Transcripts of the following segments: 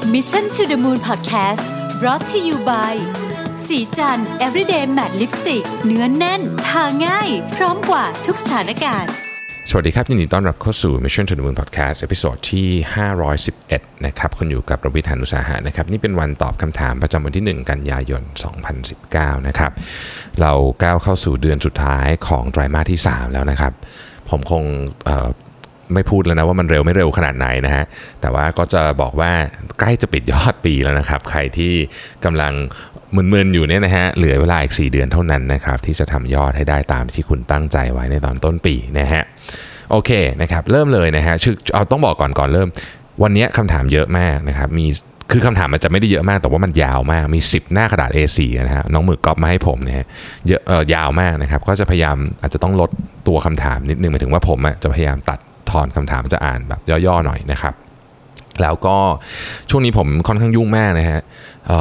Mission to the Moon Podcast brought to you by สีจัน Everyday Matte Lipstick เนื้อนแน่นทาง่ายพร้อมกว่าทุกสถานการณ์สวัสดีครับยินดีต้อนรับเข้าสู่ Mission to the Moon Podcast ตอนที่511นะครับคุณอยู่กับรวิทย์ หาญอุตสาหะนะครับนี่เป็นวันตอบคำถามประจำวันที่1กันยายน2019นะครับเราก้าวเข้าสู่เดือนสุดท้ายของไตรมาสที่3แล้วนะครับผมคงไม่พูดแล้วนะว่ามันเร็วไม่เร็วขนาดไหนนะฮะแต่ว่าก็จะบอกว่าใกล้จะปิดยอดปีแล้วนะครับใครที่กำลังมึนๆอยู่เนี่ยนะฮะเหลือเวลาอีก4เดือนเท่านั้นนะครับที่จะทำยอดให้ได้ตามที่คุณตั้งใจไว้ในตอนต้นปีนะฮะโอเคนะครับเริ่มเลยนะฮะเอาต้องบอกก่อนเริ่มวันนี้คำถามเยอะมากนะครับคือคำถามมันจะไม่ได้เยอะมากแต่ว่ามันยาวมากมี10หน้ากระดาษ A4 นะฮะน้องมือก๊อปมาให้ผมนะฮะเยอะยาวมากนะครับก็จะพยายามอาจจะต้องลดตัวคำถามนิดนึงหมายถึงว่าผมจะพยายามตัดทอนคำถามจะอ่านแบบย่อๆหน่อยนะครับแล้วก็ช่วงนี้ผมค่อนข้างยุ่งมากนะฮะ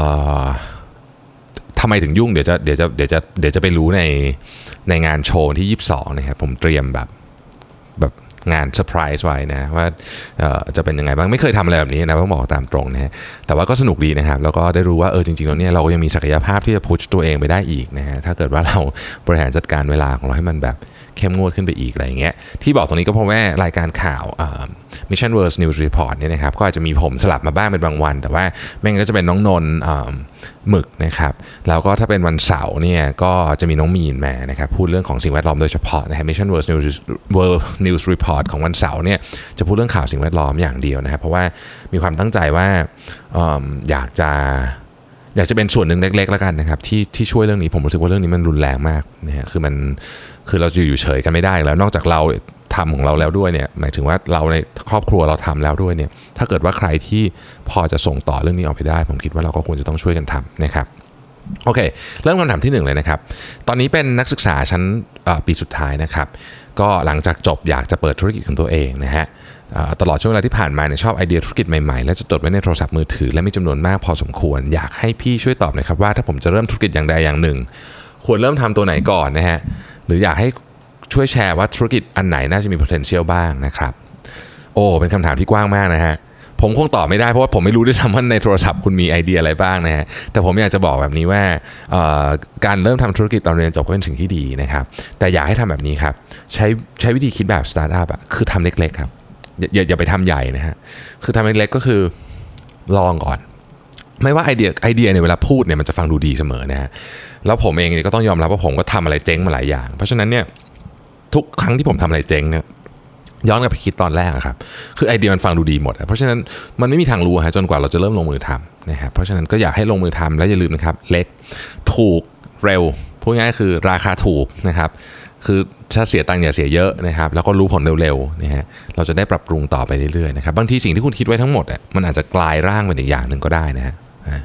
ทำไมถึงยุ่งเดี๋ยวจะไปรู้ในงานโชว์ที่22นะครับผมเตรียมแบบงานเซอร์ไพรส์ไว้นะว่าจะเป็นยังไงบ้างไม่เคยทำอะไรแบบนี้นะต้องบอกตามตรงนะฮะแต่ว่าก็สนุกดีนะครับแล้วก็ได้รู้ว่าจริงๆแล้วเนี่ยเราก็ยังมีศักยภาพที่จะพุชตัวเองไปได้อีกนะฮะถ้าเกิดว่าเราบริหารจัดการเวลาของเราให้มันแบบเข้มงวดขึ้นไปอีกอะไรอย่างเงี้ยที่บอกตรงนี้ก็เพราะว่ารายการข่าวMission World News Report เนี่ยนะครับก็อาจจะมีผมสลับมาบ้างเป็นบางวันแต่ว่าแม่งก็จะเป็นน้องนนท์หมึกนะครับแล้วก็ถ้าเป็นวันเสาร์เนี่ยก็จะมีน้องมีนมานะครับพูดเรื่องของสิ่งแวดล้อมโดยเฉพาะนะฮะ Mission World News Report ของวันเสาร์เนี่ยจะพูดเรื่องข่าวสิ่งแวดล้อมอย่างเดียวนะครับเพราะว่ามีความตั้งใจว่าอยากจะเป็นส่วนหนึ่งเล็กๆแล้วกันนะครับที่ช่วยเรื่องนี้ผมรู้สึกว่าเรื่องนี้มันรุนแรงมากนะฮะคือเราจะอยู่เฉยกันไม่ได้แล้วนอกจากเราทำของเราแล้วด้วยเนี่ยหมายถึงว่าเราในครอบครัวเราทำแล้วด้วยเนี่ยถ้าเกิดว่าใครที่พอจะส่งต่อเรื่องนี้ออกไปได้ผมคิดว่าเราก็ควรจะต้องช่วยกันทำนะครับโอเคเริ่มคำถามที่1เลยนะครับตอนนี้เป็นนักศึกษาชั้นปีสุดท้ายนะครับก็หลังจากจบอยากจะเปิดธุรกิจของตัวเองนะฮะตลอดช่วงเวลาที่ผ่านมาเนี่ยชอบไอเดียธุรกิจใหม่ๆและจะจดไว้ในโทรศัพท์มือถือและมีจำนวนมากพอสมควรอยากให้พี่ช่วยตอบหน่อยครับว่าถ้าผมจะเริ่มธุรกิจอย่างใดอย่างหนึ่งควรเริ่มทำตัวไหนก่อนนะฮะหรืออยากให้ช่วยแชร์ว่าธุรกิจอันไหนน่าจะมี potential บ้างนะครับเป็นคำถามที่กว้างมากนะฮะผมคงตอบไม่ได้เพราะว่าผมไม่รู้ด้วยซ้ำว่าในโทรศัพท์คุณมีไอเดียอะไรบ้างนะฮะแต่ผมอยากจะบอกแบบนี้ว่าการเริ่มทำธุรกิจตอนเรียนจบก็เป็นสิ่งที่ดีนะครับแต่อยากให้ทำแบบนี้ครับใช้วิธีคิดแบบสตาร์ทอัพคือทำเล็กๆครับอย่าไปทำใหญ่นะฮะคือทำเล็กๆก็คือลองก่อนไม่ว่าไอเดียเนี่ยเวลาพูดเนี่ยมันจะฟังดูดีเสมอนะฮะแล้วผมเองเนี่ยก็ต้องยอมรับว่าผมก็ทำอะไรเจ๊งมาหลายอย่างเพราะฉะนั้นเนี่ยทุกครั้งที่ผมทำอะไรเจ๊งเนี่ยย้อนกลับไปคิดตอนแรกครับคือไอเดียมันฟังดูดีหมดเพราะฉะนั้นมันไม่มีทางรู้ฮะจนกว่าเราจะเริ่มลงมือทำนะครับเพราะฉะนั้นก็อยากให้ลงมือทำและอย่าลืมนะครับเล็กถูกเร็วพูดง่ายๆคือราคาถูกนะครับคือถ้าเสียตังค์อย่าเสียเยอะนะครับแล้วก็รู้ผลเร็วๆนะฮะเราจะได้ปรับปรุงต่อไปเรื่อยๆนะครับบางทีสิ่งที่คุณคิดไว้ทั้งหมดมันอาจจะกลายร่างเป็นอีกอย่างหนึ่งก็ได้นะฮะ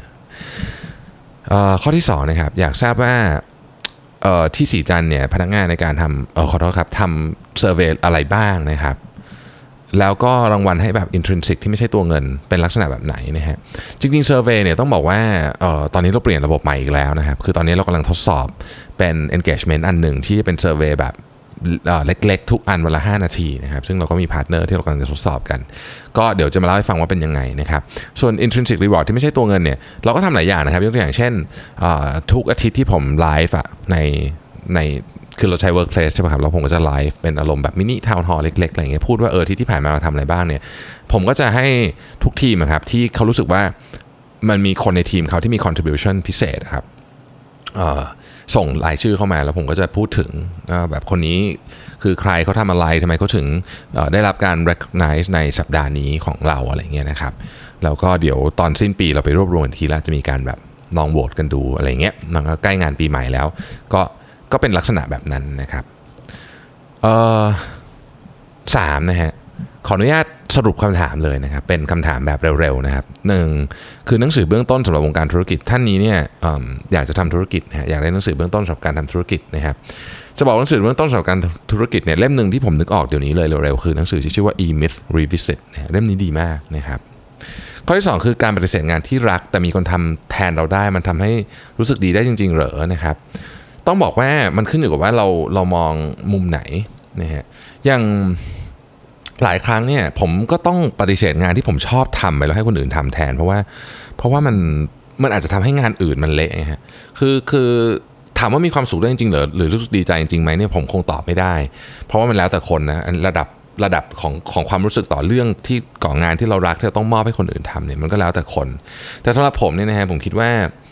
ข้อที่2นะครับอยากทราบว่าที่สีจันเนี่ยพนักงานในการทำขอโทษครับทำเซอร์เวย์อะไรบ้างนะครับแล้วก็รางวัลให้แบบ intrinsic ที่ไม่ใช่ตัวเงินเป็นลักษณะแบบไหนนะฮะจริงๆเซอร์เวย์เนี่ยต้องบอกว่าตอนนี้เราเปลี่ยนระบบใหม่อีกแล้วนะครับคือตอนนี้เรากำลังทดสอบเป็น engagement อันหนึ่งที่เป็นเซอร์เวย์แบบเล็กๆทุกอันวันละ5นาทีนะครับซึ่งเราก็มีพาร์ทเนอร์ที่เรากำลังจะทดสอบกันก็เดี๋ยวจะมาเล่าให้ฟังว่าเป็นยังไงนะครับส่วน intrinsic reward ที่ไม่ใช่ตัวเงินเนี่ยเราก็ทำหลายอย่างนะครับยกตัวอย่างเช่นทุกอาทิตย์ที่ผมไลฟ์ในคือเราใช้ workplace ใช่ป่ะครับแล้วผมก็จะไลฟ์เป็นอารมณ์แบบมินิทาวน์ฮอลล์เล็กๆอะไรเงี้ยพูดว่าที่ผ่านมาเราทำอะไรบ้างเนี่ยผมก็จะให้ทุกทีมครับที่เขารู้สึกว่ามันมีคนในทีมเขาที่มี contribution พิเศษครับส่งรายชื่อเข้ามาแล้วผมก็จะพูดถึงแบบคนนี้คือใครเขาทำอะไรทำไมเขาถึงได้รับการ recognize ในสัปดาห์นี้ของเราอะไรเงี้ยนะครับแล้วก็เดี๋ยวตอนสิ้นปีเราไปรวบรวมทีแล้วจะมีการแบบลองโหวตกันดูอะไรเงี้ยมันก็ใกล้งานปีใหม่แล้วก็เป็นลักษณะแบบนั้นนะครับ3นะฮะขออนุญาตสรุปคำถามเลยนะครับเป็นคำถามแบบเร็วๆนะครับ1คือหนังสือเบื้องต้นสำหรับวงการธุรกิจท่านนี้เนี่ยอยากจะทำธุรกิจนะฮะอยากได้หนังสือเบื้องต้นสำหรับการทำธุรกิจนะครับจะบอกหนังสือเบื้องต้นสำหรับการธุรกิจเนี่ยเล่มนึงที่ผมนึกออกเดี๋ยวนี้เลยเร็วๆคือหนังสือที่ชื่อว่า E-Myth Revisit นะเล่มนี้ดีมากนะครับข้อที่2คือการปฏิเสธงานที่รักแต่มีคนทำแทนเราได้มันทำให้รู้สึกดีได้จริงๆเหรอนะครับต้องบอกว่ามันขึ้นอยู่กับว่าเรามองมุมไหนนะฮะอย่างหลายครั้งเนี่ยผมก็ต้องปฏิเสธงานที่ผมชอบทำไปแล้วให้คนอื่นทำแทนเพราะว่ามันอาจจะทำให้งานอื่นมันเละไงฮะคือถามว่ามีความสุขได้จริงๆหรือรู้สึกดีใจจริงๆไหมเนี่ยผมคงตอบไม่ได้เพราะว่ามันแล้วแต่คนนะระดับของความรู้สึกต่อเรื่องที่ก่องานที่เรารักที่เราต้องมอบให้คนอื่นทำเนี่ยมันก็แล้วแต่คนแต่สำหรับผมเนี่ยนะฮะผมคิดว่า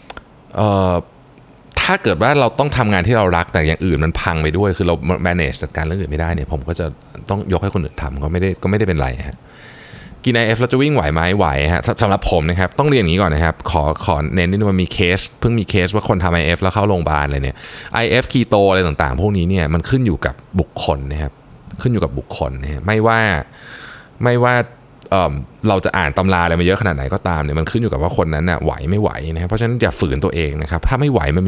ถ้าเกิดว่าเราต้องทำงานที่เรารักแต่อย่างอื่นมันพังไปด้วยคือเรา manage จัดการเรื่องอื่นไม่ได้เนี่ยผมก็จะต้องยกให้คนอื่นทำก็ไม่ได้เป็นไรฮะกิน IF แล้วจะวิ่งไหวไหมไหวฮะสำหรับผมนะครับต้องเรียนอย่างนี้ก่อนนะครับขอเน้นนิดนึงว่ามีเคสเพิ่งมีเคสว่าคนทำ IF แล้วเข้าโรงพยาบาลอะไรเนี่ย IF คีโตอะไรต่างๆพวกนี้เนี่ยมันขึ้นอยู่กับบุคคลนะครับขึ้นอยู่กับบุคคลนะไม่ว่าเราจะอ่านตำราอะไรมาเยอะขนาดไหนก็ตามเนี่ยมันขึ้นอยู่กับว่าคนนั้นน่ะไหวไม่ไหวนะครับเพราะฉะนั้นอย่าฝืนตัวเองนะครับถ้าไม่ไหวมัน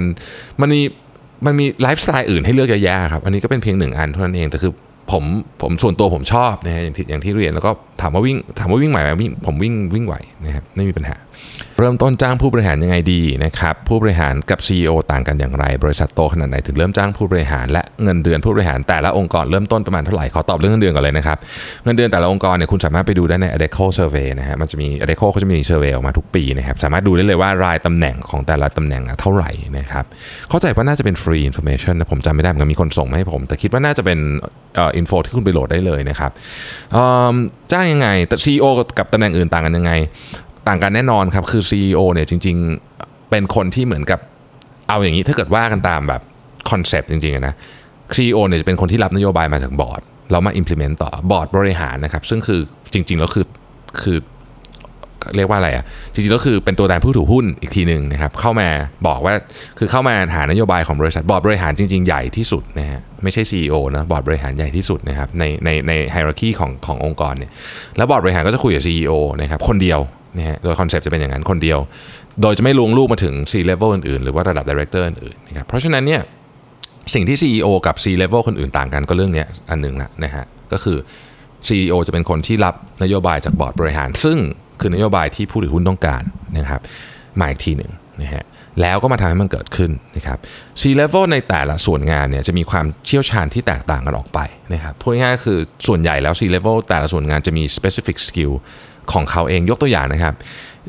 มีไลฟ์สไตล์อื่นให้เลือกเยอะแยะครับอันนี้ก็เป็นเพียงหนึ่งอันเท่านั้นเองแต่คือผมส่วนตัวผมชอบนะฮะอย่างที่เรียนแล้วก็ถามว่าวิ่งไหวไหมผมวิ่งไหวนะครับไม่มีปัญหาเริ่มต้นจ้างผู้บริหารยังไงดีนะครับผู้บริหารกับ CEO ต่างกันอย่างไรบริษัทโตขนาดไหนถึงเริ่มจ้างผู้บริหารและเงินเดือนผู้บริหารแต่ละองค์กรเริ่มต้นประมาณเท่าไหร่ขอตอบเรื่องเงินเดือนก่อนเลยนะครับเงินเดือนแต่ละองค์กรเนี่ยคุณสามารถไปดูได้ใน Adecco Survey นะฮะมันจะมี Adecco เขาจะมี survey ออกมาทุกปีนะครับสามารถดูได้เลยว่ารายตำแหน่งของแต่ละตำแหน่งเท่าไหร่นะครับเข้าใจว่าน่าจะเป็น free information นะผมจำไม่ได้เหมือนกันมีคนส่งมาให้ผมแต่คิดว่าน่าจะเป็นinfo ที่คุณไปโหลดได้เลยนะครับจ้างยังไงแต่ CEO กับตำแหน่งอื่นต่างกันยังไงต่างกันแน่นอนครับคือ CEO เนี่ยจริงๆเป็นคนที่เหมือนกับเอาอย่างนี้ถ้าเกิดว่ากันตามแบบคอนเซปต์จริงๆนะ CEO เนี่ยจะเป็นคนที่รับนโยบายมาจากบอร์ดแล้วมา implement ต่อบอร์ดบริหารนะครับซึ่งคือจริงๆแล้วคือเรียกว่าอะไรอ่ะจริงๆแล้วคือเป็นตัวแทนผู้ถือหุ้นอีกทีนึงนะครับเข้ามาบอกว่าคือเข้ามาหานโยบายของบริษัทบอร์ดบริหารจริงๆใหญ่ที่สุดนะฮะไม่ใช่ CEO นะบอร์ดบริหารใหญ่ที่สุดนะครับในไฮรักีขององค์กรเนี่ยแล้วบอร์ดบริหารก็จะคุยกับ CEO นะครับคนเดียวนะฮะโดยคอนเซปต์จะเป็นอย่างนั้นคนเดียวโดยจะไม่ลวงลูกมาถึง C level อื่นๆหรือว่าระดับ Director อื่นๆนะครับเพราะฉะนั้นเนี่ยสิ่งที่ CEO กับ C level คนอื่นต่างกันก็เรื่องนี้อันนึงนะฮะก็คือ CEO จะเป็นคนที่รับนโยบายจากบอร์ดบริหารซึ่งคือนโยบายที่ผู้ถือหุ้นต้องการนะครับมาอีกทีหนึ่งนะฮะแล้วก็มาทำให้มันเกิดขึ้นนะครับ C level ในแต่ละส่วนงานเนี่ยจะมีความเชี่ยวชาญที่แตกต่างกันออกไปนะครับพูดง่ายๆคือส่วนใหญ่แล้ว C level แต่ละส่วนงานจะมี specific skill ของเขาเองยกตัวอย่างนะครับ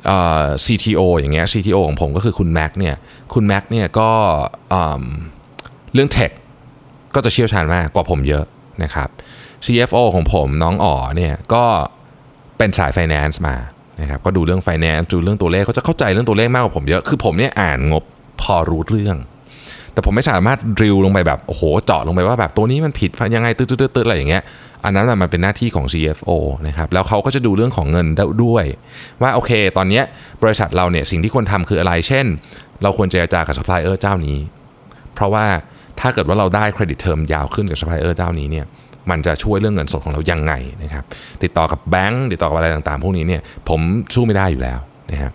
CTO อย่างเงี้ย CTO ของผมก็คือคุณแม็กเนี่ยก็เรื่อง tech ก็จะเชี่ยวชาญมากกว่าผมเยอะนะครับ CFO ของผมน้องอ๋อเนี่ยก็เป็นสาย finance มานะครับก็ดูเรื่อง finance ดูเรื่องตัวเลขเขาจะเข้าใจเรื่องตัวเลขมากกว่าผมเยอะคือผมเนี่ยอ่านงบพอรู้เรื่องแต่ผมไม่สามารถดริลลงไปแบบโอ้โหเจาะลงไปว่าแบบตัวนี้มันผิดยังไงตืดๆอะไรอย่างเงี้ยอันนั้นมันเป็นหน้าที่ของ CFO นะครับแล้วเขาก็จะดูเรื่องของเงินด้วยว่าโอเคตอนนี้บริษัทเราเนี่ยสิ่งที่ควรทำคืออะไรเช่นเราควรเจรจากับซัพพลายเออร์เจ้านี้เพราะว่าถ้าเกิดว่าเราได้เครดิตเทอมยาวขึ้นกับซัพพลายเออร์เจ้านี้เนี่ยมันจะช่วยเรื่องเงินสดของเรายังไงนะครับติดต่อกับแบงก์ติดต่อกับอะไรต่างๆพวกนี้เนี่ยผมสู้ไม่ได้อยู่แล้วนะครับ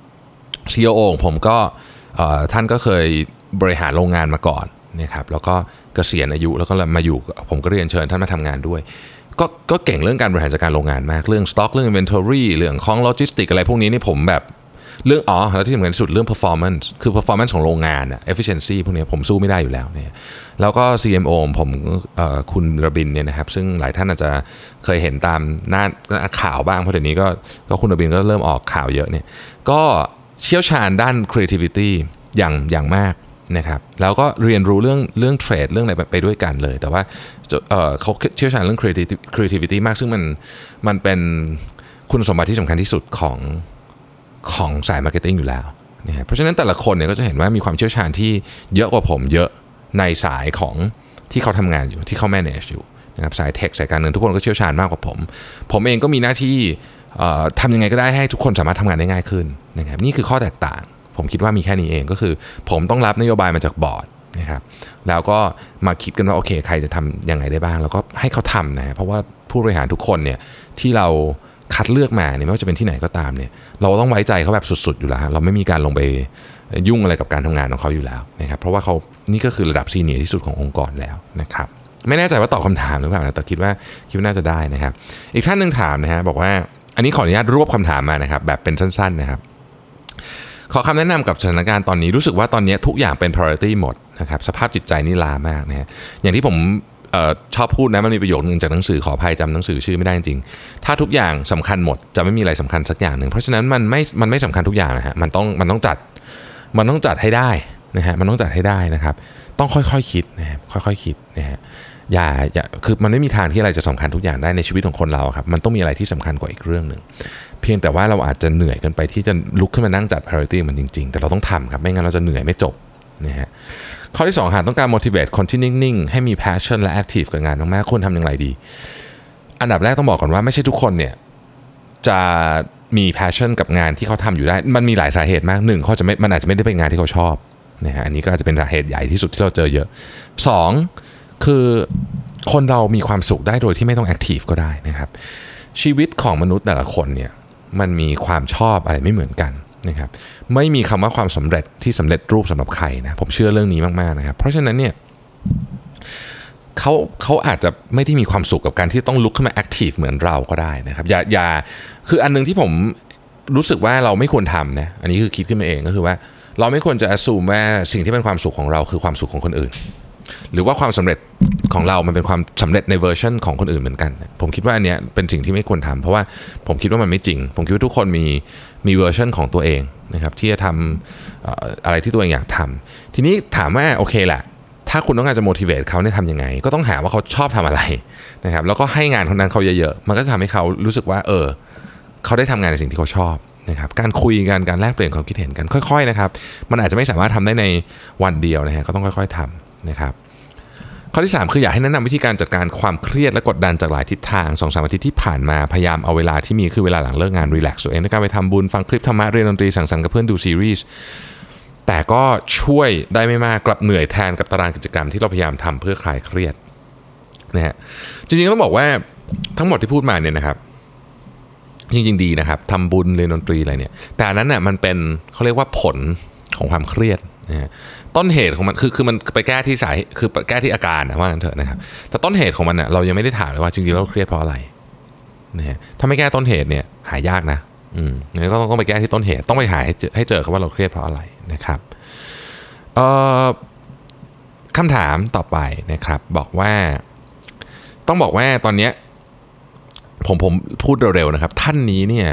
COO ของผมก็ท่านก็เคยบริหารโรงงานมาก่อนนะครับแล้วก็เกษียณอายุแล้วก็มาอยู่ผมก็เรียนเชิญท่านมาทำงานด้วยก็เก่งเรื่องการบริหารจัดการโรงงานมากเรื่อง stock เรื่อง inventory เรื่องของ logistics อะไรพวกนี้นี่ผมแบบเรื่องแล้วที่สำคัญที่สุดเรื่อง performance คือ performance ของโรงงานefficiency พวกนี้ผมสู้ไม่ได้อยู่แล้วเนี่ยแล้วก็ CMO ผมคุณระบินเนี่ยนะครับซึ่งหลายท่านอาจจะเคยเห็นตามหน้าข่าวบ้างเพราะเดี๋ยวนี้ก็คุณระบินก็เริ่มออกข่าวเยอะเนี่ยก็เชี่ยวชาญด้าน creativity อย่างมากนะครับแล้วก็เรียนรู้เรื่องเทรดเรื่องอะไรไปด้วยกันเลยแต่ว่าเขาเชี่ยวชาญเรื่อง creativity มากซึ่งมันเป็นคุณสมบัติที่สำคัญที่สุดของสายมาร์เก็ตติ้งอยู่แล้วนะครับเพราะฉะนั้นแต่ละคนเนี่ยก็จะเห็นว่ามีความเชี่ยวชาญที่เยอะกว่าผมเยอะในสายของที่เขาทำงานอยู่ที่เขา manage อยู่นะครับสายเทคสายการเงินทุกคนก็เชี่ยวชาญมากกว่าผมเองก็มีหน้าที่ทำยังไงก็ได้ให้ทุกคนสามารถทำงานได้ง่ายขึ้นนะครับนี่คือข้อแตกต่างผมคิดว่ามีแค่นี้เองก็คือผมต้องรับนโยบายมาจากบอร์ดนะครับแล้วก็มาคิดกันว่าโอเคใครจะทำยังไงได้บ้างแล้วก็ให้เขาทำนะเพราะว่าผู้บริหารทุกคนเนี่ยที่เราคัดเลือกมาเนี่ยไม่ว่าจะเป็นที่ไหนก็ตามเนี่ยเราต้องไว้ใจเขาแบบสุดๆอยู่แล้วเราไม่มีการลงไปยุ่งอะไรกับการทำงานของเขาอยู่แล้วนะครับเพราะว่าเขานี่ก็คือระดับซีเนียร์ที่สุดขององค์กรแล้วนะครับไม่แน่ใจว่าตอบคำถามหรือเปล่านะแต่คิดว่าน่าจะได้นะครับอีกท่านนึงถามนะฮะบอกว่าอันนี้ขออนุญาตรวบคำถามมานะครับแบบเป็นสั้นๆนะครับขอคำแนะนำกับสถานการณ์ตอนนี้รู้สึกว่าตอนนี้ทุกอย่างเป็น priority หมดนะครับสภาพจิตใจนี่ล้ามากนะฮะอย่างที่ผมชอบพูดนะมันมีประโยคนึงจากหนังสือขออภัยจำหนังสือชื่อไม่ได้จริงๆถ้าทุกอย่างสำคัญหมดจะไม่มีอะไรสำคัญสักอย่างหนึ่งเพราะฉะนั้นมันไม่สำคัญทุกอย่างนะฮะมันต้องจัดให้ได้นะฮะมันต้องจัดให้ได้นะครับต้องค่อยๆคิดนะครับค่อยๆคิดนะฮะอย่าคือมันไม่มีทางที่อะไรจะสำคัญทุกอย่างได้ในชีวิตของคนเราครับมันต้องมีอะไรที่สำคัญกว่าอีกเรื่องนึงเพียงแต่ว่าเราอาจจะเหนื่อยกันไปที่จะลุกขึ้นมานั่งจัด priority มันจริงๆแต่เราต้องทำครับไม่งั้นเราจะเหนื่อยไม่จบนะฮะข้อที่2หากต้องการ motivate คนที่นิ่งๆให้มี passion และ active กับงานมากๆควรทำอย่างไรดีอันดับแรกต้องบอกก่อนว่าไม่ใช่ทุกคนเนี่ยจะมี passion กับงานที่เขาทำอยู่ได้มันมีหลายสาเหตุมาก1เขามันอาจจะไม่ได้เป็นงานที่เขาชอบนะฮะอันนี้ก็อาจจะเป็นสาเหตุใหญ่ที่สุดที่เราเจอเยอะ2คือคนเรามีความสุขได้โดยที่ไม่ต้อง active ก็ได้นะครับชีวิตของมนุษย์แต่ละคนเนี่ยมันมีความชอบอะไรไม่เหมือนกันนะครับไม่มีคำว่าความสำเร็จที่สำเร็จรูปสำหรับใครนะผมเชื่อเรื่องนี้มากๆนะครับเพราะฉะนั้นเนี่ยเขาอาจจะไม่ได้มีความสุขกับการที่ต้องลุกขึ้นมาแอคทีฟเหมือนเราก็ได้นะครับอย่าคืออันนึงที่ผมรู้สึกว่าเราไม่ควรทำนะอันนี้คือคิดขึ้นมาเองก็คือว่าเราไม่ควรจะแอสซูมว่าสิ่งที่เป็นความสุขของเราคือความสุขของคนอื่นหรือว่าความสำเร็จของเรามันเป็นความสำเร็จในเวอร์ชันของคนอื่นเหมือนกันผมคิดว่าอันเนี้ยเป็นสิ่งที่ไม่ควรทำเพราะว่าผมคิดว่ามันไม่จริงผมคิดว่าทุกคนมีเวอร์ชันของตัวเองนะครับที่จะทำอะไรที่ตัวเองอยากทำทีนี้ถามว่าโอเคแหละถ้าคุณต้องการจะ motivate เขาเนี่ยทำยังไงก็ต้องหาว่าเขาชอบทำอะไรนะครับแล้วก็ให้งานคนนั้นเขาเยอะๆมันก็จะทำให้เขารู้สึกว่าเขาได้ทำงานในสิ่งที่เขาชอบนะครับการคุยกันการแลกเปลี่ยนความคิดเห็นกันค่อยๆนะครับมันอาจจะไม่สามารถทำได้ในวันเดียวนะฮะก็ต้องค่อยๆทำนะครับข้อที่3คืออยากให้แนะนำวิธีการจัดการความเครียดและกดดันจากหลายทิศทาง 2-3 อาทิตย์ที่ผ่านมาพยายามเอาเวลาที่มีคือเวลาหลังเลิกงานรีแลกซ์ตัวเองในการไปทำบุญฟังคลิปธรรมะเรียนดนตรีสังสรรค์กับเพื่อนดูซีรีส์แต่ก็ช่วยได้ไม่มากกลับเหนื่อยแทนกับตารางกิจกรรมที่เราพยายามทำเพื่อคลายเครียดนะฮะจริงๆต้องบอกว่าทั้งหมดที่พูดมาเนี่ยนะครับจริงๆดีนะครับทำบุญเรียนดนตรีอะไรเนี่ยแต่อันนั้นน่ะมันเป็นเขาเรียกว่าผลของความเครียดนะฮะต้นเหตุของมันคือมันไปแก้ที่สาเหตุคือแก้ที่อาการนะว่างั้นเถอะนะครับแต่ต้นเหตุของมันน่ะเรายังไม่ได้ถามเลยว่าจริงๆเราเครียดเพราะอะไรนะฮะถ้าไม่แก้ต้นเหตุเนี่ยหายากนะงั้นก็ต้องไปแก้ที่ต้นเหตุต้องไปหาให้เจอครับว่าเราเครียดเพราะอะไรนะครับคำถามต่อไปนะครับบอกว่าต้องบอกว่าตอนนี้ผมพูดเร็วๆนะครับท่านนี้เนี่ย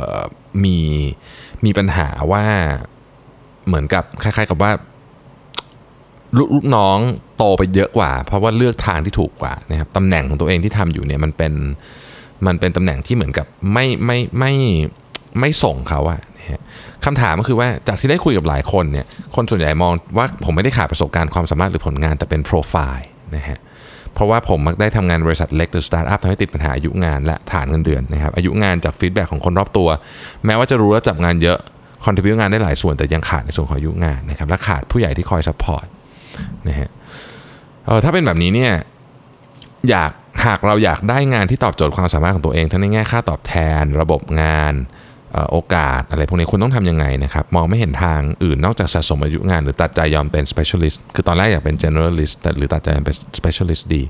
มีปัญหาว่าเหมือนกับคล้ายๆกับว่าลูกน้องโตไปเยอะกว่าเพราะว่าเลือกทางที่ถูกกว่านะครับตำแหน่งของตัวเองที่ทำอยู่เนี่ยมันเป็นตำแหน่งที่เหมือนกับไม่ส่งเขาอะคำถามก็คือว่าจากที่ได้คุยกับหลายคนเนี่ยคนส่วนใหญ่มองว่าผมไม่ได้ขาดประสบการณ์ความสามารถหรือผลงานแต่เป็นโปรไฟล์นะฮะเพราะว่าผมมักได้ทำงานบริษัทเล็กหรือสตาร์ทอัพทำให้ติดปัญหาอายุงานและฐานเงินเดือนนะครับอายุงานจากฟีดแบ็กของคนรอบตัวแม้ว่าจะรู้และจับงานเยอะคอนทริบิวต์งานได้หลายส่วนแต่ยังขาดในส่วนของอายุงานนะครับและขาดผู้ใหญ่ที่คอยซัพพอร์ตนะฮะถ้าเป็นแบบนี้เนี่ยหากเราอยากได้งานที่ตอบโจทย์ความสามารถของตัวเองทั้งในแง่ค่าตอบแทนระบบงานโอกาสอะไรพวกนี้คุณต้องทำยังไงนะครับมองไม่เห็นทางอื่นนอกจากสะสมอายุงานหรือตัดใจยอมเป็น specialist คือตอนแรกอยากเป็น generalist หรือตัดใจเป็น specialist ดี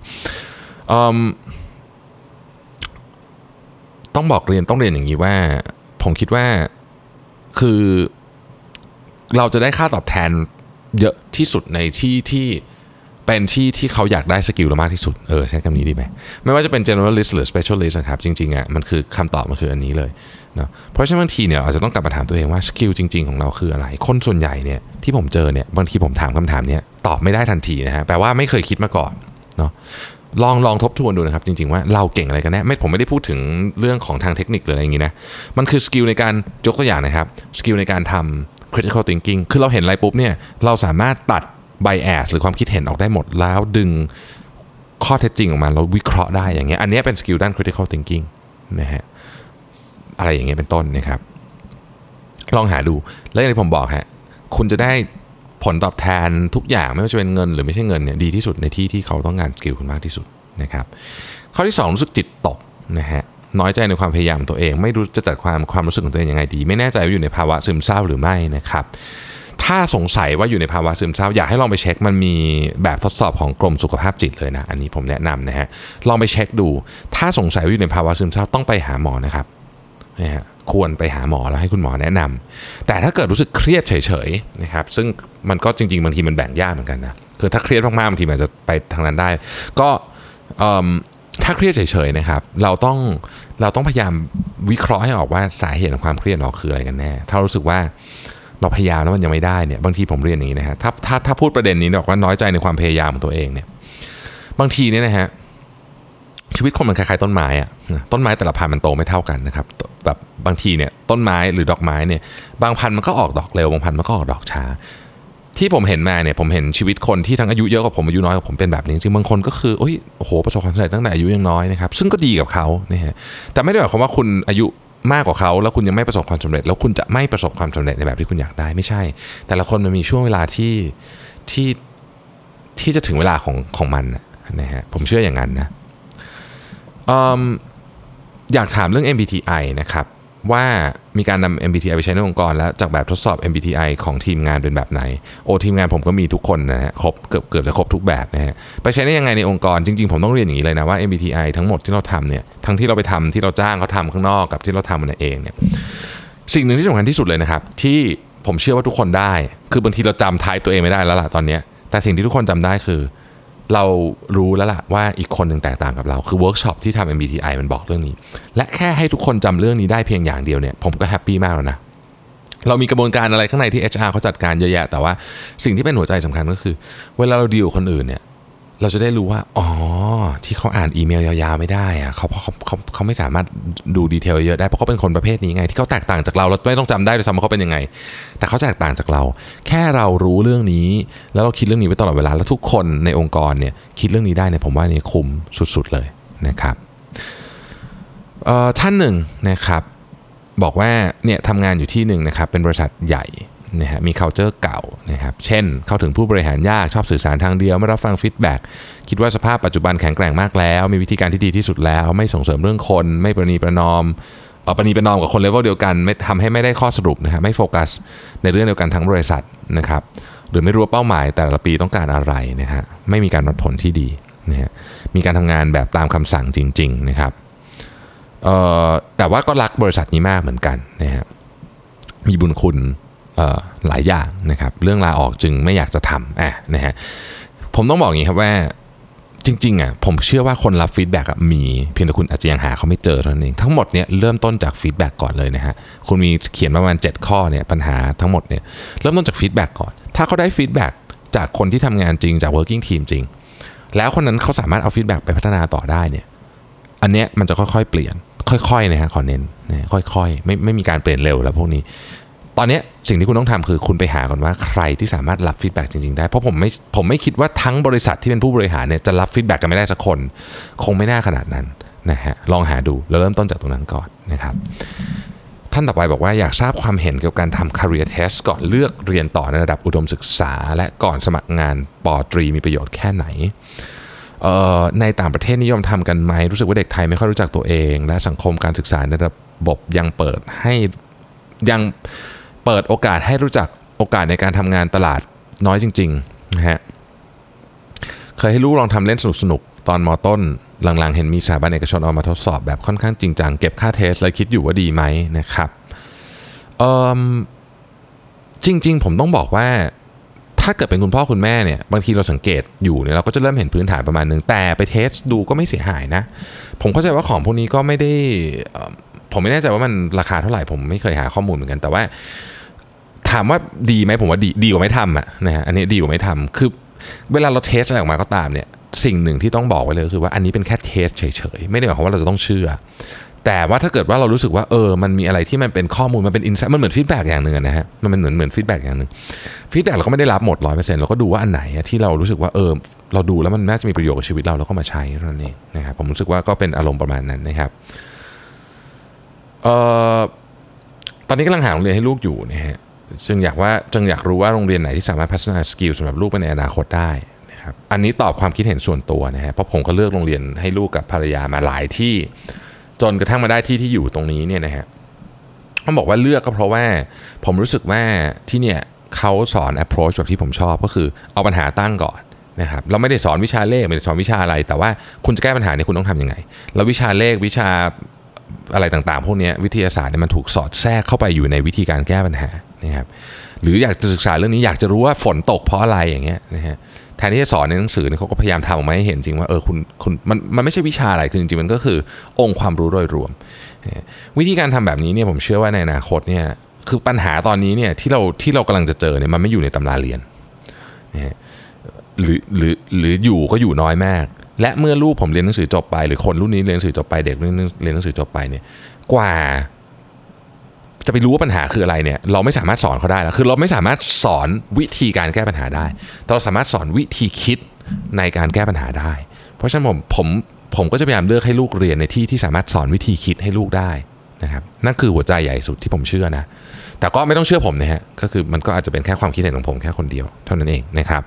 ต้องเรียนอย่างนี้ว่าผมคิดว่าคือเราจะได้ค่าตอบแทนเยอะที่สุดในที่เป็นที่เขาอยากได้สกิลเรามากที่สุดใช้คำนี้ดีไหมไม่ว่าจะเป็น generalist หรือ specialist นะครับจริงๆอ่ะมันคือคำตอบมันคืออันนี้เลยเนาะเพราะฉะนั้นบางทีเนี่ยเราจะต้องกลับมาถามตัวเองว่าสกิลจริงๆของเราคืออะไรคนส่วนใหญ่เนี่ยที่ผมเจอเนี่ยบางทีผมถามคำถามนี้ตอบไม่ได้ทันทีนะฮะแปลว่าไม่เคยคิดมาก่อนเนาะลองทบทวนดูนะครับจริงๆว่าเราเก่งอะไรกันแน่ผมไม่ได้พูดถึงเรื่องของทางเทคนิคหรืออะไรอย่างงี้นะมันคือสกิลในการยกตัวอย่างนะครับสกิลในการทำ critical thinking คือเราเห็นอะไรปุ๊บเนี่ยเราสามารถตัดbias หรือความคิดเห็นออกได้หมดแล้วดึงข้อเท็จจริงออกมาแล้ววิเคราะห์ได้อย่างเงี้ยอันนี้เป็นสกิลด้าน critical thinking นะฮะอะไรอย่างเงี้ยเป็นต้นนะครับลองหาดูแล้วอย่างที่ผมบอกฮะคุณจะได้ผลตอบแทนทุกอย่างไม่ว่าจะเป็นเงินหรือไม่ใช่เงินเนี่ยดีที่สุดในที่เขาต้องการสกิลคุณมากที่สุดนะครับข้อที่2รู้สึกจิตตกนะฮะน้อยใจในความพยายามตัวเองไม่รู้จะจัดความรู้สึกของตัวเองยังไงดีไม่แน่ใจว่าอยู่ในภาวะซึมเศร้าหรือไม่นะครับถ้าสงสัยว่าอยู่ในภาวะซึมเศร้าอยากให้ลองไปเช็คมันมีแบบทดสอบของกรมสุขภาพจิตเลยนะอันนี้ผมแนะนำนะฮะลองไปเช็คดูถ้าสงสัยว่าอยู่ในภาวะซึมเศร้าต้องไปหาหมอนะครับนะฮะควรไปหาหมอแล้วให้คุณหมอแนะนำแต่ถ้าเกิดรู้สึกเครียดเฉยๆนะครับซึ่งมันก็จริงๆบางทีมันแบ่งยากเหมือนกันนะคือถ้าเครียดมากๆบางทีมันจะไปทางนั้นได้ก็ถ้าเครียดเฉยๆนะครับเราต้องพยายามวิเคราะห์ให้ออกว่าสาเหตุของความเครียดเราคืออะไรกันแน่ถ้ารู้สึกว่าเราพยายามแล้วมันยังไม่ได้เนี่ยบางทีผมเรียนอย่างนี้นะฮะถ้าพูดประเด็นนี้บอกว่าน้อยใจในความพยายามของตัวเองเนี่ยบางทีเนี่ยนะฮะชีวิตคนมันคล้ายๆต้นไม้อะต้นไม้แต่ละพันธุ์มันโตไม่เท่ากันนะครับแบบบางทีเนี่ยต้นไม้หรือดอกไม้เนี่ยบางพันธุ์มันก็ออกดอกเร็วบางพันธุ์มันก็ออกดอกช้าที่ผมเห็นมาเนี่ยผมเห็นชีวิตคนที่ทั้งอายุเยอะกว่าผมอายุน้อยกว่าผมเป็นแบบนี้จริงบางคนก็คือโอ้โหประสบความสำเร็จตั้งแต่อายุยังน้อยนะครับซึ่งก็ดีกับเขานะฮะแต่ไม่ได้หมายความว่าคุณอายุมากกว่าเขาแล้วคุณยังไม่ประสบความสำเร็จแล้วคุณจะไม่ประสบความสำเร็จในแบบที่คุณอยากได้ไม่ใช่แต่ละคนมันมีช่วงเวลาที่จะถึงเวลาของมันนะฮะผมเชื่ออย่างนั้นนะอยากถามเรื่อง MBTI นะครับว่ามีการนำ MBTI ไปใช้ในองค์กรแล้วจากแบบทดสอบ MBTI ของทีมงานเป็นแบบไหนทีมงานผมก็มีทุกคนนะฮะครบเกือบจะครบทุกแบบนะฮะไปใช้ได้ยังไงในองค์กรจริงๆผมต้องเรียนอย่างนี้เลยนะว่า MBTI ทั้งหมดที่เราทำเนี่ยทั้งที่เราไปทำที่เราจ้างเขาทำข้างนอกกับที่เราทำมันเองเนี่ยสิ่งหนึ่งที่สำคัญที่สุดเลยนะครับที่ผมเชื่อว่าทุกคนได้คือบางทีเราจำทายตัวเองไม่ได้แล้วล่ะตอนนี้แต่สิ่งที่ทุกคนจำได้คือเรารู้แล้วล่ะว่าอีกคนหนึ่งแตกต่างกับเราคือเวิร์กช็อปที่ทำ MBTI มันบอกเรื่องนี้และแค่ให้ทุกคนจำเรื่องนี้ได้เพียงอย่างเดียวเนี่ยผมก็แฮปปี้มากแล้วนะเรามีกระบวนการอะไรข้างในที่ HR เขาจัดการเยอะแยะแต่ว่าสิ่งที่เป็นหัวใจสำคัญก็คือเวลาเราดีลกับคนอื่นเนี่ยเราจะได้รู้ว่าที่เขาอ่านอีเมลยาวๆไม่ได้อะเขาไม่สามารถดูดีเทลเยอะได้เพราะเขาเป็นคนประเภทนี้ไงที่เขาแตกต่างจากเราไม่ต้องจำได้ด้วยซ้ำว่าเขาเป็นยังไงแต่เขาแตกต่างจากเราแค่เรารู้เรื่องนี้แล้วเราคิดเรื่องนี้ไว้ตลอดเวลาแล้วทุกคนในองค์กรเนี่ยคิดเรื่องนี้ได้เนี่ยผมว่านี่คุ้มสุดๆเลยนะครับท่านหนึ่งนะครับบอกว่าเนี่ยทำงานอยู่ที่หนึ่งนะครับเป็นบริษัทใหญ่นะฮะมี culture เก่านะครับเช่นเข้าถึงผู้บริหารยากชอบสื่อสารทางเดียวไม่รับฟังฟีดแบ็กคิดว่าสภาพปัจจุบันแข็งแกร่งมากแล้วมีวิธีการที่ดีที่สุดแล้วไม่ส่งเสริมเรื่องคนไม่ประนีประนอมกับคนเลเวลเดียวกันไม่ทำให้ไม่ได้ข้อสรุปนะฮะไม่โฟกัสในเรื่องเดียวกันทั้งบริษัทนะครับหรือไม่รู้เป้าหมายแต่ละปีต้องการอะไรนะฮะไม่มีการวัดผลที่ดีนะฮะมีการทำงานแบบตามคำสั่งจริงๆนะครับแต่ว่าก็รักบริษัทนี้มากเหมือนกันนะฮะมีบุญคุณหลายอย่างนะครับเรื่องลาออกจึงไม่อยากจะทำนะฮะผมต้องบอกอย่างนี้ครับว่าจริงๆผมเชื่อว่าคนรับฟีดแบ็กมีเพียงแต่คุณอาจจะยังหาเขาไม่เจอเท่านั้นเองทั้งหมดเนี่ยเริ่มต้นจากฟีดแบ็กก่อนเลยนะฮะคุณมีเขียนประมาณ7ข้อเนี่ยปัญหาทั้งหมดเนี่ยเริ่มต้นจากฟีดแบ็กก่อนถ้าเขาได้ฟีดแบ็กจากคนที่ทำงานจริงจาก working team จริงแล้วคนนั้นเขาสามารถเอาฟีดแบ็กไปพัฒนาต่อได้เนี่ยอันเนี้ยมันจะค่อยๆเปลี่ยนค่อยๆนะฮะขอเน้นนะค่อยๆไม่มีการเปลี่ยนเร็วแล้วพวกนี้ตอนนี้สิ่งที่คุณต้องทำคือคุณไปหาก่อนว่าใครที่สามารถรับฟีดแบ็กจริงๆได้เพราะผมไม่คิดว่าทั้งบริษัทที่เป็นผู้บริหารเนี่ยจะรับฟีดแบ็กกันไม่ได้สักคนคงไม่น่าขนาดนั้นนะฮะลองหาดูแล้วเริ่มต้นจากตรงนั้นก่อนนะครับท่านต่อไปบอกว่าอยากทราบความเห็นเกี่ยวกับการทำ career test ก่อนเลือกเรียนต่อในระดับอุดมศึกษาและก่อนสมัครงานป.ตรีมีประโยชน์แค่ไหนในต่างประเทศนิยมทำกันไหมรู้สึกว่าเด็กไทยไม่ค่อยรู้จักตัวเองและสังคมการศึกษาในระบบยังเปิดโอกาสให้รู้จักโอกาสในการทำงานตลาดน้อยจริงๆนะฮะเคยให้ลูกลองทำเล่นสนุกๆตอนม.ต้นหลังๆเห็นมีสถาบันเอกชนเอามาทดสอบแบบค่อนข้างจริงจังเก็บค่าเทสเลยคิดอยู่ว่าดีไหมนะครับจริงๆผมต้องบอกว่าถ้าเกิดเป็นคุณพ่อคุณแม่เนี่ยบางทีเราสังเกตอยู่เนี่ยเราก็จะเริ่มเห็นพื้นฐานประมาณนึงแต่ไปเทสดูก็ไม่เสียหายนะผมเข้าใจว่าของพวกนี้ก็ไม่ได้ผมไม่แน่ใจว่ามันราคาเท่าไหร่ผมไม่เคยหาข้อมูลเหมือนกันแต่ว่าถามว่าดีไหมผมว่าดีกว่าไม่ทำนะฮะอันนี้ดีกว่าไม่ทำคือเวลาเราเทสอะไรออกมาก็ตามเนี่ยสิ่งหนึ่งที่ต้องบอกไว้เลยคือว่าอันนี้เป็นแค่เทสเฉยๆไม่ได้หมายความว่าเราจะต้องเชื่อแต่ว่าถ้าเกิดว่าเรารู้สึกว่ามันมีอะไรที่มันเป็นข้อมูลมันเป็นอินไซต์มันเหมือนฟีดแบ็กอย่างนึงนะฮะมันเหมือนฟีดแบ็กอย่างนึงฟีดแบ็กเราก็ไม่ได้รับหมด 100% เราก็ดูว่าอันไหนที่เรารู้สึกว่าเราดูแล้วมันน่าจะมีประโยชน์กับชีวิตเราก็มาใช้เท่านั้นเองนะครับผมรู้สึกว่าก็เป็นอารมณ์ประมาณนั้นนะครับตอนนี้กำลังหาโรงเรียนให้ลูกอยู่นะฮะจึงอยากรู้ว่าโรงเรียนไหนที่สามารถพัฒนาสกิลสำหรับลูกไปในอนาคตได้นะครับอันนี้ตอบความคิดเห็นส่วนตัวนะฮะเพราะผมก็เลือกโรงเรียนให้ลูกกับภรรยามาหลายที่จนกระทั่งมาได้ที่อยู่ตรงนี้เนี่ยนะฮะต้องบอกว่าเลือกก็เพราะว่าผมรู้สึกว่าที่เนี่ยเขาสอน approach แบบที่ผมชอบก็คือเอาปัญหาตั้งก่อนนะครับเราไม่ได้สอนวิชาเลขไม่ได้สอนวิชาอะไรแต่ว่าคุณจะแก้ปัญหาเนี่ยคุณต้องทำยังไงแล้ววิชาเลขวิชาอะไรต่างๆพวกนี้วิทยาศาสตร์เนี่ยมันถูกสอดแทรกเข้าไปอยู่ในวิธีการแก้ปัญหานะครับหรืออยากจะศึกษาเรื่องนี้อยากจะรู้ว่าฝนตกเพราะอะไรอย่างเงี้ยนะฮะแแทนที่จะสอนในหนังสือเนี่ยเขาก็พยายามทำออกมาให้เห็นจริงว่าคุณมันไม่ใช่วิชาอะไรคือจริงๆมันก็คือองค์ความรู้โดยรวมวิธีการทำแบบนี้เนี่ยผมเชื่อว่าในอนาคตเนี่ยคือปัญหาตอนนี้เนี่ยที่เรากำลังจะเจอเนี่ยมันไม่อยู่ในตำราเรียนหรืออยู่ก็อยู่น้อยมากและเมื่อลูกผมเรียนหนังสือจบไปหรือคนรุ่นนี้เรียนหนังสือจบไปเด็กเรียนหนังสือจบไปเนี่ยกว่าจะไปรู้ว่าปัญหาคืออะไรเนี่ยเราไม่สามารถสอนเขาได้แล้วคือเราไม่สามารถสอนวิธีการแก้ปัญหาได้แต่เราสามารถสอนวิธีคิดในการแก้ปัญหาได้เพราะฉะนั้นผมก็จะพยายามเลือกให้ลูกเรียนในที่สามารถสอนวิธีคิดให้ลูกได้นะครับนั่นคือหัวใจใหญ่สุดที่ผมเชื่อนะแต่ก็ไม่ต้องเชื่อผมนะฮะก็คือมันก็อาจจะเป็นแค่ความคิดเห็นของผมแค่คนเดียวเท่านั้นเองนะครับ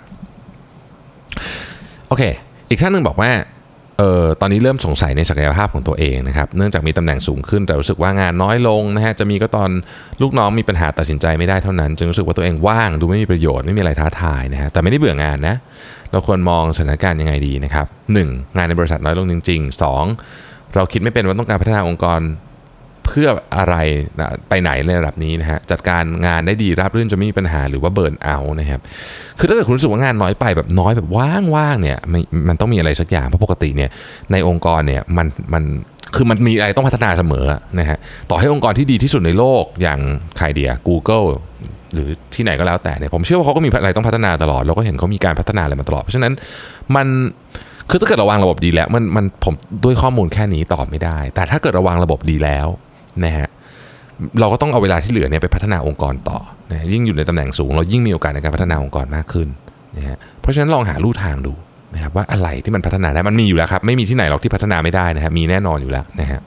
โอเคอีกท่านนึงบอกว่าตอนนี้เริ่มสงสัยในศักยภาพของตัวเองนะครับเนื่องจากมีตำแหน่งสูงขึ้นแต่รู้สึกว่างานน้อยลงนะฮะจะมีก็ตอนลูกน้องมีปัญหาตัดสินใจไม่ได้เท่านั้นจึงรู้สึกว่าตัวเองว่างดูไม่มีประโยชน์ไม่มีอะไรท้าทายนะฮะแต่ไม่ได้เบื่องานนะเราควรมองสถานการณ์ยังไงดีนะครับ 1. งานในบริษัทน้อยลงจริงๆ 2. เราคิดไม่เป็นว่าต้องการพัฒนาองค์กรเพื่ออะไรไปไหนในระดับนี้นะฮะจัดการงานได้ดีราบรื่นจนไม่มีปัญหาหรือว่าเบิร์นเอาท์นะครับคือถ้าเกิดคุณรู้สึกว่างานน้อยไปแบบน้อยแบบว่างๆเนี่ยมันต้องมีอะไรสักอย่างเพราะปกติเนี่ยในองค์กรเนี่ยมันคือมันมีอะไรต้องพัฒนาเสมอนะฮะต่อให้องค์กรที่ดีที่สุดในโลกอย่างใครเดีย Google หรือที่ไหนก็แล้วแต่เนี่ยผมเชื่อว่าเขาก็มีอะไรต้องพัฒนาตลอดแล้วก็เห็นเขามีการพัฒนาอะไรมาตลอดเพราะฉะนั้นมันคือถ้าเกิดเราวางระบบดีแล้วมันผมด้วยข้อมูลแค่นี้ตอบไม่ได้แต่ถ้าเกิดเราวางระบบดีแล้วนะฮะเราก็ต้องเอาเวลาที่เหลือเนี่ยไปพัฒนาองค์กรต่อนะยิ่งอยู่ในตำแหน่งสูงเรายิ่งมีโอกาสในการพัฒนาองค์กรมากขึ้นนะฮะเพราะฉะนั้นลองหาลู่ทางดูนะครับว่าอะไรที่มันพัฒนาได้มันมีอยู่แล้วครับไม่มีที่ไหนหรอกที่พัฒนาไม่ได้นะฮะมีแน่นอนอยู่แล้วนะฮะ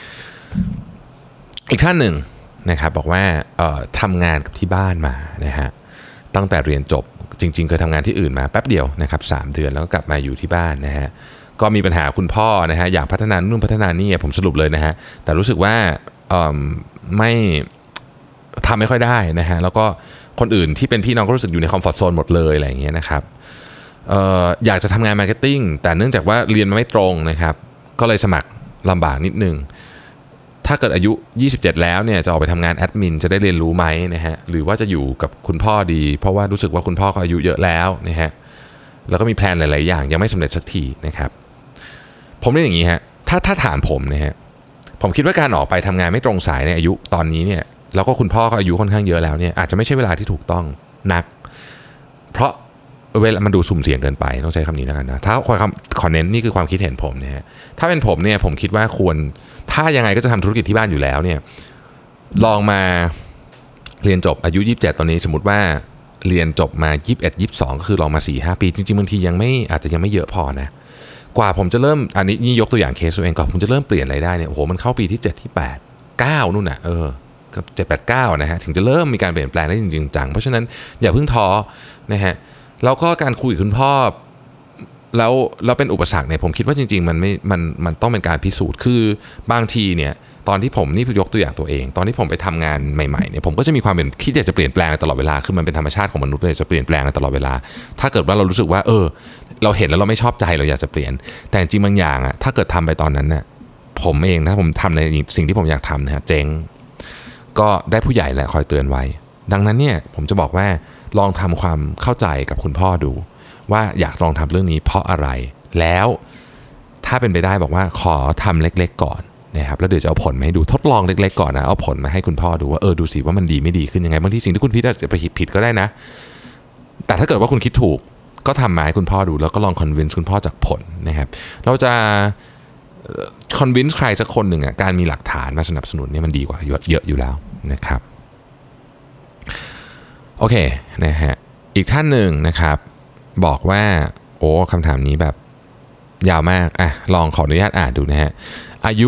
อีกท่านหนึ่งนะครับบอกว่าทำงานกับที่บ้านมานะฮะตั้งแต่เรียนจบจริงๆเคยทำงานที่อื่นมาแป๊บเดียวนะครับ3 เดือนแล้วก็กลับมาอยู่ที่บ้านนะฮะก็มีปัญหาคุณพ่อนะฮะอยากพัฒนานู่นพัฒนานี่ผมสรุปเลยนะฮะแต่รู้สึกว่าไม่ทำไม่ค่อยได้นะฮะแล้วก็คนอื่นที่เป็นพี่น้องก็รู้สึกอยู่ในคอมฟอร์ทโซนหมดเลยอะไรอย่างเงี้ยนะครับอยากจะทำงานมาร์เก็ตติ้งแต่เนื่องจากว่าเรียนมาไม่ตรงนะครับก็เลยสมัครลำบากนิดนึงถ้าเกิดอายุ27แล้วเนี่ยจะออกไปทำงานแอดมินจะได้เรียนรู้ไหมนะฮะหรือว่าจะอยู่กับคุณพ่อดีเพราะว่ารู้สึกว่าคุณพ่อก็อายุเยอะแล้วนะฮะแล้วก็มีแพลนหลายๆอย่างยังไม่สำเร็จสักทีนะครับผมเรียนอย่างนี้ฮะถ้าถามผมนะฮะผมคิดว่าการออกไปทำงานไม่ตรงสายในอายุตอนนี้เนี่ยแล้วก็คุณพ่อก็อายุค่อนข้างเยอะแล้วเนี่ยอาจจะไม่ใช่เวลาที่ถูกต้องนักเพราะเวลามันดูสุ่มเสี่ยงเกินไปต้องใช้คำนี้แล้วกันนะถ้าขอเน้นนี่คือความคิดเห็นผมนะฮะถ้าเป็นผมเนี่ยผมคิดว่าควรถ้ายังไงก็จะทำธุรกิจที่บ้านอยู่แล้วเนี่ยลองมาเรียนจบอายุ27ตอนนี้สมมติว่าเรียนจบมา21 22ก็คือลองมา 4-5 ปีจริงๆบางทีอาจจะยังไม่เยอะพอนะกว่าผมจะเริ่มอันนี้ยกตัวอย่างเคสตัวเองก่อนผมจะเริ่มเปลี่ยนอะไรได้เนี่ยโอ้โหมันเข้าปีที่7ที่8 9นู่นน่ะ7 8 9นะฮะถึงจะเริ่มมีการเปลี่ยนแปลงได้จริงๆจังเพราะฉะนั้นอย่าเพิ่งท้อนะฮะแล้วก็การคุยกับคุณพ่อแล้วเป็นอุปสรรคเนี่ยผมคิดว่าจริงๆมันต้องเป็นการพิสูจน์คือบางทีเนี่ยตอนที่ผมนี่ยกตัวอย่างตัวเองตอนที่ผมไปทำงานใหม่ๆเนี่ยผมก็จะมีความเป็นคิดอยากจะเปลี่ยนแปลงตลอดเวลาคือมันเป็นธรรมชาติของมนุษย์เลยจะเปลี่ยนแปลงตลอดเวลาถ้าเกิดว่าเรารู้สึกว่าเราเห็นแล้วเราไม่ชอบใจเราอยากจะเปลี่ยนแต่จริงบางอย่างอะถ้าเกิดทำไปตอนนั้นเนี่ยผมเองถ้าผมทำในสิ่งที่ผมอยากทำนะฮะเจ๊งก็ได้ผู้ใหญ่แหละคอยเตือนไว้ดังนั้นเนี่ยผมจะบอกว่าลองทำความเข้าใจกับคุณพ่อดูว่าอยากลองทำเรื่องนี้เพราะอะไรแล้วถ้าเป็นไปได้บอกว่าขอทำเล็กๆก่อนนะครับแล้วเดี๋ยวจะเอาผลมาให้ดูทดลองเล็กๆก่อนนะเอาผลมาให้คุณพ่อดูว่าดูสิว่ามันดีไม่ดีขึ้นยังไงบางทีสิ่งที่คุณคิดอาจจะไปผิดก็ได้นะแต่ถ้าเกิดว่าคุณคิดถูกก็ทำมาให้คุณพ่อดูแล้วก็ลองคอนวินส์คุณพ่อจากผลนะครับเราจะคอนวินส์ใครสักคนหนึ่งอ่ะการมีหลักฐานมาสนับสนุนเนี่ยมันดีกว่าเยอะอยู่แล้วนะครับโอเคนะฮะอีกท่านหนึ่งนะครับบอกว่าคำถามนี้แบบยาวมากลองขออนุญาตอ่านดูนะฮะอายุ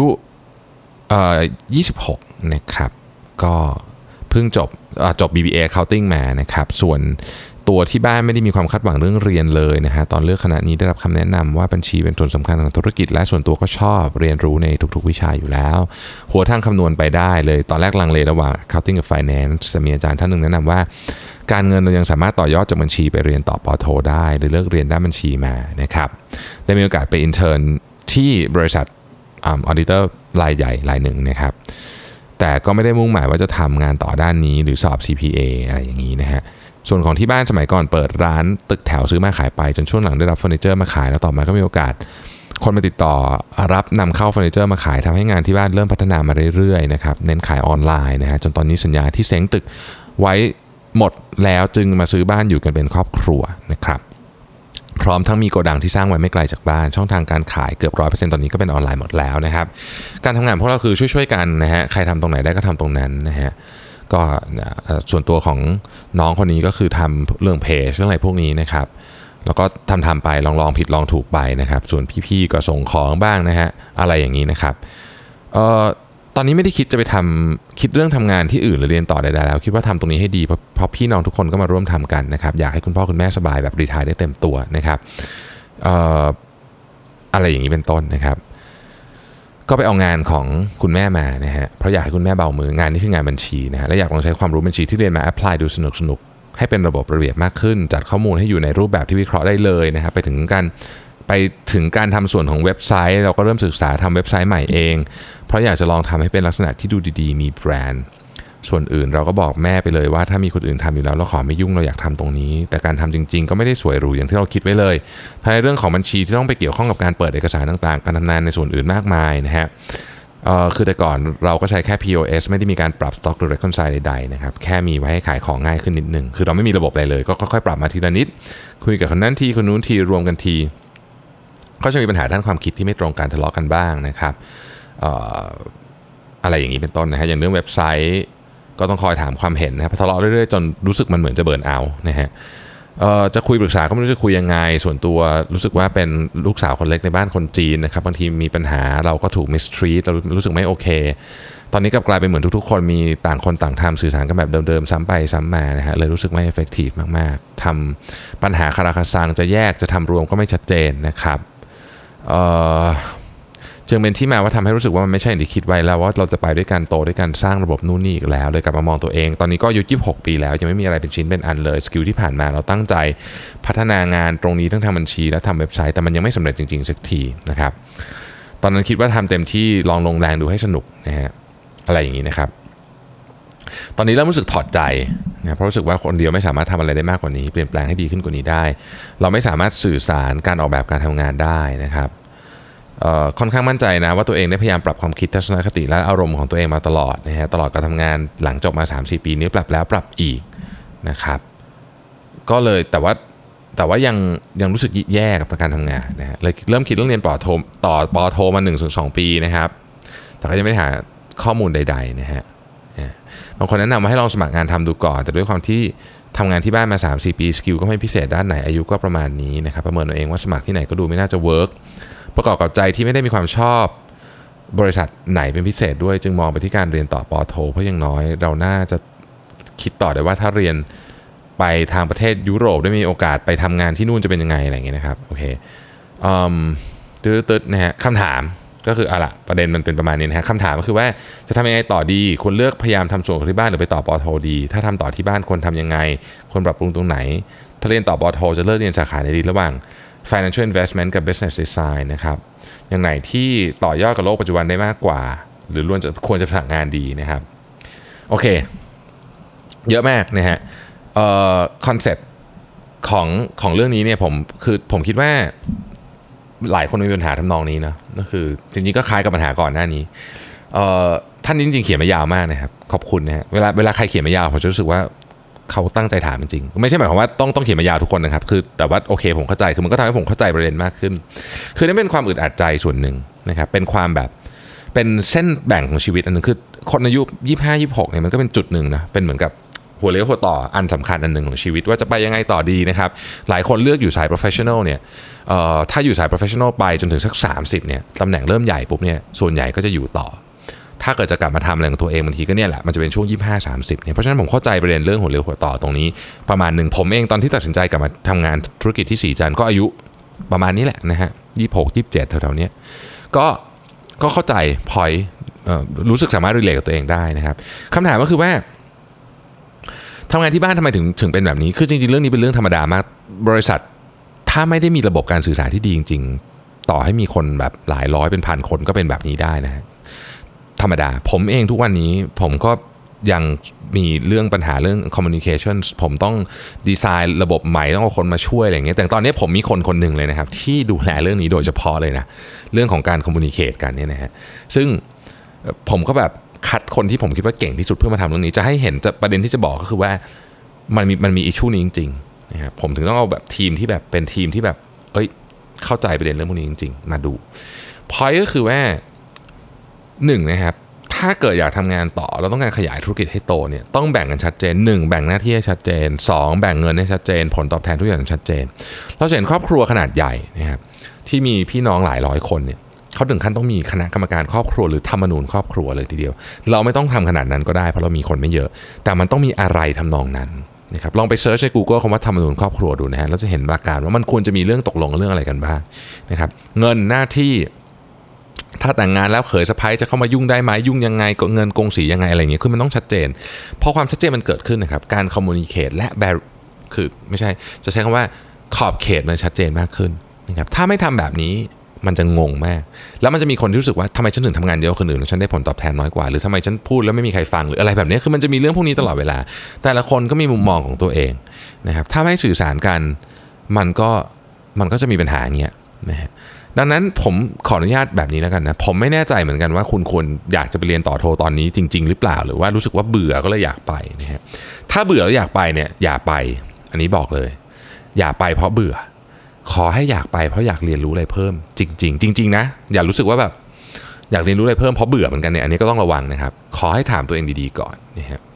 26นะครับก็เพิ่งจบ BBA Accounting มานะครับส่วนตัวที่บ้านไม่ได้มีความคาดหวังเรื่องเรียนเลยนะฮะตอนเลือกคณะนี้ได้รับคำแนะนำว่าบัญชีเป็นส่วนสำคัญของธุรกิจและส่วนตัวก็ชอบเรียนรู้ในทุกๆวิชาอยู่แล้วหัวทางคำนวณไปได้เลยตอนแรกลังเลระหว่าง Accounting กับ Finance แต่มีอาจารย์ท่านหนึ่งแนะนำว่าการเงินเรายังสามารถต่อยอดจากบัญชีไปเรียนต่อป.โทได้หรือเลิกเรียนด้านบัญชีมานะครับได้มีโอกาสไปอินเทิร์นที่บริษัทออดิเตอร์รายใหญ่รายหนึ่งนะครับแต่ก็ไม่ได้มุ่งหมายว่าจะทำงานต่อด้านนี้หรือสอบ CPA อะไรอย่างนี้นะฮะส่วนของที่บ้านสมัยก่อนเปิดร้านตึกแถวซื้อมาขายไปจนช่วงหลังได้รับเฟอร์นิเจอร์มาขายแล้วต่อมาก็มีโอกาสคนมาติดต่อรับนำเข้าเฟอร์นิเจอร์มาขายทำให้งานที่บ้านเริ่มพัฒนามาเรื่อยๆนะครับเน้นขายออนไลน์นะฮะจนตอนนี้สัญญาที่เซ้งตึกไว้หมดแล้วจึงมาซื้อบ้านอยู่กันเป็นครอบครัวนะครับพร้อมทั้งมีโกดังที่สร้างไว้ไม่ไกลจากบ้านช่องทางการขายเกือบ 100% ตอนนี้ก็เป็นออนไลน์หมดแล้วนะครับการทำงานพวกเราคือช่วยๆกันนะฮะใครทำตรงไหนได้ก็ทำตรงนั้นนะฮะก็ส่วนตัวของน้องคนนี้ก็คือทำเรื่องเพจเรื่องอะไรพวกนี้นะครับแล้วก็ทำไปลองผิดลองถูกไปนะครับส่วนพี่ๆก็ส่งของบ้างนะฮะอะไรอย่างนี้นะครับตอนนี้ไม่ได้คิดจะไปคิดเรื่องทำงานที่อื่นหรือเรียนต่อใดๆแล้วคิดว่าทำตรงนี้ให้ดีเพราะพี่น้องทุกคนก็มาร่วมทำกันนะครับอยากให้คุณพ่อคุณแม่สบายแบบรีไทร์ได้เต็มตัวนะครับอะไรอย่างนี้เป็นต้นนะครับก็ไปเอางานของคุณแม่มานะฮะเพราะอยากให้คุณแม่เบามืองานนี้คืองานบัญชีนะฮะและอยากลองใช้ความรู้บัญชีที่เรียนมาแอพพลายดูสนุกให้เป็นระบบระเบียบมากขึ้นจัดข้อมูลให้อยู่ในรูปแบบที่วิเคราะห์ได้เลยนะครับไปถึงการทำส่วนของเว็บไซต์เราก็เริ่มศึกษาทำเว็บไซต์ใหม่เองเพราะอยากจะลองทำให้เป็นลักษณะที่ดูดีๆมีแบรนด์ส่วนอื่นเราก็บอกแม่ไปเลยว่าถ้ามีคนอื่นทำอยู่แล้วเราขอไม่ยุ่งเราอยากทำตรงนี้แต่การทำจริงๆก็ไม่ได้สวยหรูอย่างที่เราคิดไว้เลยทั้งในเรื่องของบัญชีที่ต้องไปเกี่ยวข้องกับการเปิดเอกสารต่างๆการทำงานในส่วนอื่นมากมายนะฮะคือแต่ก่อนเราก็ใช้แค่ POS ไม่ได้มีการปรับ Stock หรือ Reconcile ใดๆนะครับแค่มีไว้ให้ขายของง่ายขึ้นนิดนึงคือเราไม่มีระบบอะไรเลยก็ค่อยๆปรับมาทีละนิดคุยกับคนนั้นทีคนนู้นทีรวมกันทีก็จะมีปัญหาด้านความคิดที่ไม่ตรงกันทะเลาะกันบ้างนะครับอะไรอย่างนี้เป็นต้นนะฮะอย่างเรื่องเว็บไซต์ก็ต้องคอยถามความเห็นนะครับทะเลาะเรื่อยๆจนรู้สึกมันเหมือนจะเบิร์นเอาท์นะฮะจะคุยปรึกษาก็ไม่รู้จะคุยยังไงส่วนตัวรู้สึกว่าเป็นลูกสาวคนเล็กในบ้านคนจีนนะครับบางทีมีปัญหาเราก็ถูกมิสทรีตเรารู้สึกไม่โอเคตอนนี้กลับกลายเป็นเหมือนทุกๆคนมีต่างคนต่างทำสื่อสารกันแบบเดิมๆซ้ำไปซ้ำมานะฮะเลยรู้สึกไม่ effective มากๆทำปัญหาคาราคาซังจะแยกจะทำรวมก็ไม่ชัดเจนนะครับจึงเป็นที่มาว่าทำให้รู้สึกว่ามันไม่ใช่อย่างที่คิดไว้แล้วว่าเราจะไปด้วยกันโตด้วยกันสร้างระบบนู่นนี่อีกแล้วเลยกลับมามองตัวเองตอนนี้ก็อายุ26 ปีแล้วยังไม่มีอะไรเป็นชิ้นเป็นอันเลยสกิลที่ผ่านมาเราตั้งใจพัฒนางานตรงนี้ทั้งทำบัญชีและทำเว็บไซต์แต่มันยังไม่สำเร็จจริงๆสักทีนะครับตอนนั้นคิดว่าทำเต็มที่ลองลงแรงดูให้สนุกนะฮะอะไรอย่างนี้นะครับตอนนี้เริ่มรู้สึกถอดใจนะเพราะรู้สึกว่าคนเดียวไม่สามารถทำอะไรได้มากกว่านี้เปลี่ยนแปลงให้ดีขึ้นกว่านี้ได้เราไม่สามารถสื่อสารการออกแบบการทำงานได้นะครับค่อนข้างมั่นใจนะว่าตัวเองได้พยายามปรับความคิดทัศนคติและอารมณ์ของตัวเองมาตลอดนะฮะตลอดการทำงานหลังจบมา 3-4 ปีนี้ปรับแล้วปรับอีกนะครับก็เลยแต่ว่ายังรู้สึกแย่กับการทำงานนะฮะเลยเริ่มคิดเรื่องเรียนปอโทมา 1-2 ปีนะครับแต่ก็ยังไม่ได้หาข้อมูลใดๆนะฮะบางคนแนะนำมาให้ลองสมัครงานทำดูก่อนแต่ด้วยความที่ทำงานที่บ้านมา 3-4 ปีสกิลก็ไม่พิเศษด้านไหนอายุก็ประมาณนี้นะครับประเมินตัวเองว่าสมัครที่ไหนก็ดูไม่น่าจะเวิร์กประกอบกับใจที่ไม่ได้มีความชอบบริษัทไหนเป็นพิเศษด้วยจึงมองไปที่การเรียนต่อปอโทเพราะอย่างน้อยเราน่าจะคิดต่อได้ว่าถ้าเรียนไปทางประเทศยุโรปได้มีโอกาสไปทำงานที่นู่นจะเป็นยังไงอะไรอย่างเงี้ยนะครับโอเคตึ๊ดนะฮะคำถามก็คืออะไรประเด็นมันเป็นประมาณนี้นะฮะคำถามก็คือว่าจะทำยังไงต่อดีควรเลือกพยายามทำส่วนของที่บ้านหรือไปต่อปอโทดีถ้าทำต่อที่บ้านควรทำยังไงควรปรับปรุงตรงไหนถ้าเรียนต่อปอโทจะเลือกเรียนสาขาไหนดีระหว่างFinancial Investment กับ Business Design นะครับอย่างไหนที่ต่อยอดกับโลกปัจจุบันได้มากกว่าหรือควรจะสมัครงานดีนะครับโอเคเยอะมากนะฮะคอนเซ็ปต์ของเรื่องนี้เนี่ยผมคิดว่าหลายคนมีปัญหาทำนองนี้นะก็คือจริงๆก็คล้ายกับปัญหาก่อนหน้านี้ท่านนี้จริงๆเขียนมายาวมากนะครับขอบคุณนะฮะเวลาใครเขียนมายาวผมจะรู้สึกว่าเขาตั้งใจถามจริงๆไม่ใช่หมายความว่าต้องเขียนมายาวทุกคนนะครับคือแต่ว่าโอเคผมเข้าใจคือมันก็ทำให้ผมเข้าใจประเด็นมากขึ้นคือนี่เป็นความอึดอัดใจส่วนหนึ่งนะครับเป็นความแบบเป็นเส้นแบ่งของชีวิตอันนึงคือคนอายุ25-26เนี่ยมันก็เป็นจุดหนึ่งนะเป็นเหมือนกับหัวเลี้ยวหัวต่ออันสำคัญอันหนึ่งของชีวิตว่าจะไปยังไงต่อดีนะครับหลายคนเลือกอยู่สาย professional เนี่ยถ้าอยู่สาย professional ไปจนถึงสัก30เนี่ยตำแหน่งเริ่มใหญ่ปุ๊บเนี่ยส่วนใหญ่ก็จะอยู่ต่อถ้าเกิดจะกลับมาทำอะไรของตัวเองบางทีก็เนี่ยแหละมันจะเป็นช่วง 25-30 เนี่ยเพราะฉะนั้นผมเข้าใจประเด็นเรื่องหัวเลี้ยวหัวต่อตรงนี้ประมาณหนึ่งผมเองตอนที่ตัดสินใจกลับมาทำงานธุรกิจที่สีจันทร์ก็อายุประมาณนี้แหละนะฮะ26-27แถวๆนี้ก็เข้าใจพอยรู้สึกสามารถรีเลทกับตัวเองได้นะครับคำถามก็คือว่าทำงานที่บ้านทำไมถึงเป็นแบบนี้คือจริงๆเรื่องนี้เป็นเรื่องธรรมดามากบริษัทถ้าไม่ได้มีระบบการสื่อสารที่ดีจริงๆต่อให้มีคนแบบหลายร้อยเป็นพันคนก็เป็นแบบนี้ได้นะฮะธรรมดาผมเองทุกวันนี้ผมก็ยังมีเรื่องปัญหาเรื่อง communication ผมต้องดีไซน์ระบบใหม่ต้องเอาคนมาช่วยอะไรอย่างเงี้ยแต่ตอนนี้ผมมีคนหนึ่งเลยนะครับที่ดูแลเรื่องนี้โดยเฉพาะเลยนะเรื่องของการ communicate กันเนี่ยนะฮะซึ่งผมก็แบบคัดคนที่ผมคิดว่าเก่งที่สุดเพื่อมาทำเรื่องนี้จะให้เห็นประเด็นที่จะบอกก็คือว่ามันมีอิชชูนี้จริงๆนะครับผมถึงต้องเอาแบบทีมที่แบบเป็นทีมที่แบบเข้าใจประเด็นเรื่องพวกนี้จริงๆมาดู point ก็คือว่า1นะครับถ้าเกิดอยากทำงานต่อเราต้องการขยายธุรกิจให้โตเนี่ยต้องแบ่งกันชัดเจน1แบ่งหน้าที่ให้ชัดเจน2แบ่งเงินให้ชัดเจนผลตอบแทนทุกอย่างชัดเจนเราเห็นครอบครัวขนาดใหญ่นะครับที่มีพี่น้องหลายร้อยคนเนี่ยเขาถึงขั้นต้องมีคณะกรรมการครอบครัวหรือธรรมนูญครอบครัวเลยทีเดียวเราไม่ต้องทำขนาดนั้นก็ได้เพราะเรามีคนไม่เยอะแต่มันต้องมีอะไรทำนองนั้นนะครับลองไปเซิร์ชใน Google คำว่าธรรมนูญครอบครัวดูนะฮะแล้วจะเห็นหลักการว่ามันควรจะมีเรื่องตกลงเรื่องอะไรกันบ้างนะครับเงินหน้าที่ถ้าแต่งงานแล้วเขยสะใภ้จะเข้ามายุ่งได้ไหมยุ่งยังไงเงินกงสียังไงอะไรอย่างเงี้ยคือมันต้องชัดเจนพอความชัดเจนมันเกิดขึ้นนะครับการคอมมูนิเคตและคือไม่ใช่จะใช้คำว่าขอบเขตมันชัดเจนมากขึ้นนะครับถ้าไม่ทำแบบนี้มันจะงงมากแล้วมันจะมีคนที่รู้สึกว่าทำไมฉันถึงทำงานเยอะกว่าคนอื่นฉันได้ผลตอบแทนน้อยกว่าหรือทำไมฉันพูดแล้วไม่มีใครฟังหรืออะไรแบบนี้คือมันจะมีเรื่องพวกนี้ตลอดเวลาแต่ละคนก็มีมุมมองของตัวเองนะครับถ้าไม่สื่อสารกันมันก็จะมีปัญหาอย่างเงี้ยนะฮะดังนั้นผมขออนุญาตแบบนี้แล้วกันนะผมไม่แน่ใจเหมือนกันว่าคุณควรอยากจะไปเรียนต่อโทตอนนี้จริงๆหรือเปล่าหรือว่ารู้สึกว่าเบื่อก็เลยอยากไปนะฮะถ้าเบื่อแล้วอยากไปเนี่ยอย่าไปอันนี้บอกเลยอย่าไปเพราะเบื่อขอให้อยากไปเพราะอยากเรียนรู้อะไรเพิ่มจริงๆนะอย่ารู้สึกว่าแบบอยากเรียนรู้อะไรเพิ่มเพราะเบื่อเหมือนกันเนี่ยอันนี้ก็ต้องระวังนะครับขอให้ถามตัวเองดีๆก่อนนะฮะ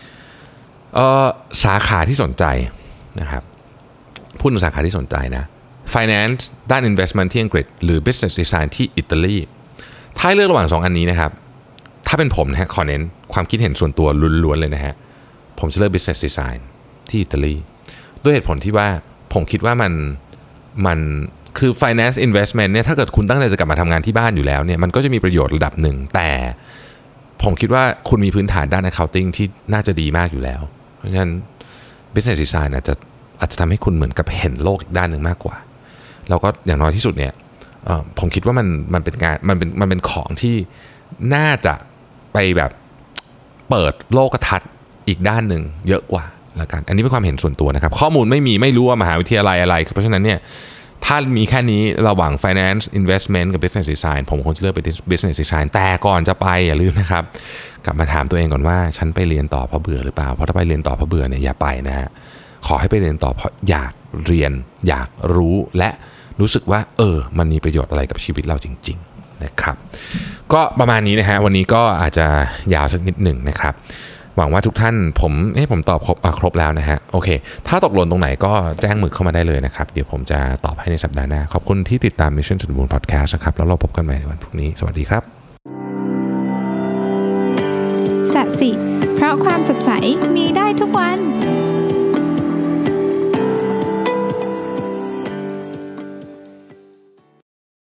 สาขาที่สนใจนะครับพูดถึงสาขาที่สนใจนะFinance ด้าน Investment ที่อังกฤษหรือ Business Design ที่อิตาลีถ้าเลือกระหว่าง2อันนี้นะครับถ้าเป็นผมนะฮะขอเน้นความคิดเห็นส่วนตัวล้วนๆเลยนะฮะผมจะเลือก Business Design ที่อิตาลีด้วยเหตุผลที่ว่าผมคิดว่ามันคือ Finance Investment เนี่ยถ้าเกิดคุณตั้งใจจะกลับมาทำงานที่บ้านอยู่แล้วเนี่ยมันก็จะมีประโยชน์ระดับหนึ่งแต่ผมคิดว่าคุณมีพื้นฐานด้าน Accounting ที่น่าจะดีมากอยู่แล้วเพราะฉะนั้น Business Design อาจจะทำให้คุณเหมือนกับเห็นโลกอีกด้านหนึ่งมากกว่าแล้วก็อย่างน้อยที่สุดเนี่ยผมคิดว่ามันเป็นงานมันเป็นของที่น่าจะไปแบบเปิดโลกทัศน์อีกด้านหนึ่งเยอะกว่าแล้วกันอันนี้เป็นความเห็นส่วนตัวนะครับข้อมูลไม่รู้ว่ามหาวิทยาลัยอะไรเพราะฉะนั้นเนี่ยถ้ามีแค่นี้ระหว่าง Finance Investment กับ Business Design ผมคงจะเลือกไป Business Design แต่ก่อนจะไปอย่าลืมนะครับกลับมาถามตัวเองก่อนว่าฉันไปเรียนต่อเพราะเบื่อหรือเปล่าเพราะถ้าไปเรียนต่อเพราะเบื่อเนี่ยอย่าไปนะฮะขอให้ไปเรียนต่อเพราะอยากเรียนอยากรู้และรู้สึกว่ามันมีประโยชน์อะไรกับชีวิตเราจริงๆนะครับก็ประมาณนี้นะฮะวันนี้ก็อาจจะยาวสักนิดหนึ่งนะครับหวังว่าทุกท่านผมตอบครบแล้วนะฮะโอเคถ้าตกหล่นตรงไหนก็แจ้งมือเข้ามาได้เลยนะครับเดี๋ยวผมจะตอบให้ในสัปดาห์หน้าขอบคุณที่ติดตาม Mission to the Moon Podcast นะครับแล้วเราพบกันใหม่ในวันพรุ่งนี้สวัสดีครับสัตสิเพราะความสดใสมีได้ทุก